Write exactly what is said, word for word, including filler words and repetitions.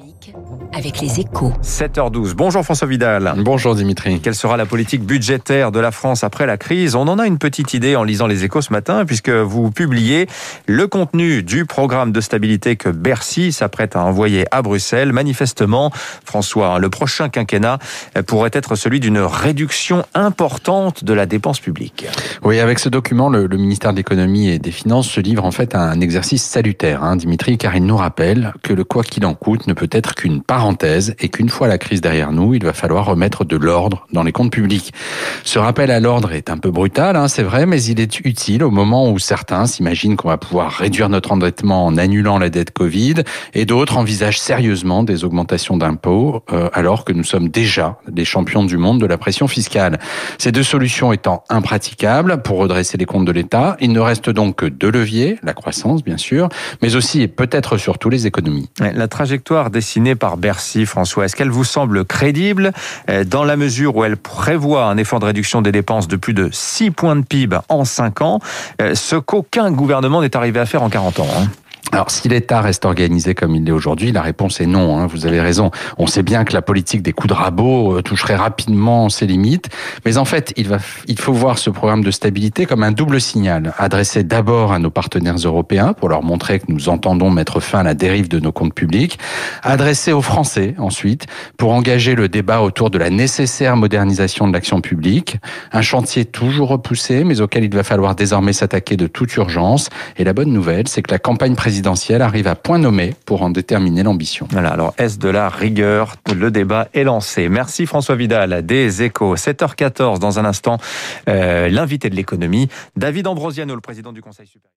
numérique avec les Échos. sept heures douze. Bonjour François Vidal. Bonjour Dimitri. Quelle sera la politique budgétaire de la France après la crise ? On en a une petite idée en lisant les Échos ce matin, puisque vous publiez le contenu du programme de stabilité que Bercy s'apprête à envoyer à Bruxelles. Manifestement, François, le prochain quinquennat pourrait être celui d'une réduction importante de la dépense publique. Oui, avec ce document, le, le ministère de l'économie et des finances se livre en fait à un exercice salutaire, hein, Dimitri, car il nous rappelle que le quoi qu'il en coûte ne peut être qu'une parenthèse et qu'une fois la crise derrière nous, il va falloir remettre de l'ordre dans les comptes publics. Ce rappel à l'ordre est un peu brutal, hein, c'est vrai, mais il est utile au moment où certains s'imaginent qu'on va pouvoir réduire notre endettement en annulant la dette Covid et d'autres envisagent sérieusement des augmentations d'impôts euh, alors que nous sommes déjà les champions du monde de la pression fiscale. Ces deux solutions étant impraticables pour redresser les comptes de l'État, il ne reste donc que deux leviers, la croissance bien sûr, mais aussi et peut-être surtout les économies. La trajectoire dessinée par Bercy, François, est-ce qu'elle vous semble crédible dans la mesure où elle prévoit un effort de réduction des dépenses de plus de six points de P I B en cinq ans, ce qu'aucun gouvernement n'est arrivé à faire en quarante ans, hein? Alors, si l'État reste organisé comme il l'est aujourd'hui, la réponse est non, hein, vous avez raison. On sait bien que la politique des coups de rabot toucherait rapidement ses limites, mais en fait, il, va, il faut voir ce programme de stabilité comme un double signal, adressé d'abord à nos partenaires européens pour leur montrer que nous entendons mettre fin à la dérive de nos comptes publics, adressé aux Français ensuite pour engager le débat autour de la nécessaire modernisation de l'action publique, un chantier toujours repoussé, mais auquel il va falloir désormais s'attaquer de toute urgence. Et la bonne nouvelle, c'est que la campagne présidentielle présidentielle arrive à point nommé pour en déterminer l'ambition. Voilà, alors est-ce de la rigueur ? Le débat est lancé. Merci François Vidal des Échos. sept heures quatorze, dans un instant, euh, l'invité de l'économie, David Ambrosiano, le président du Conseil supérieur.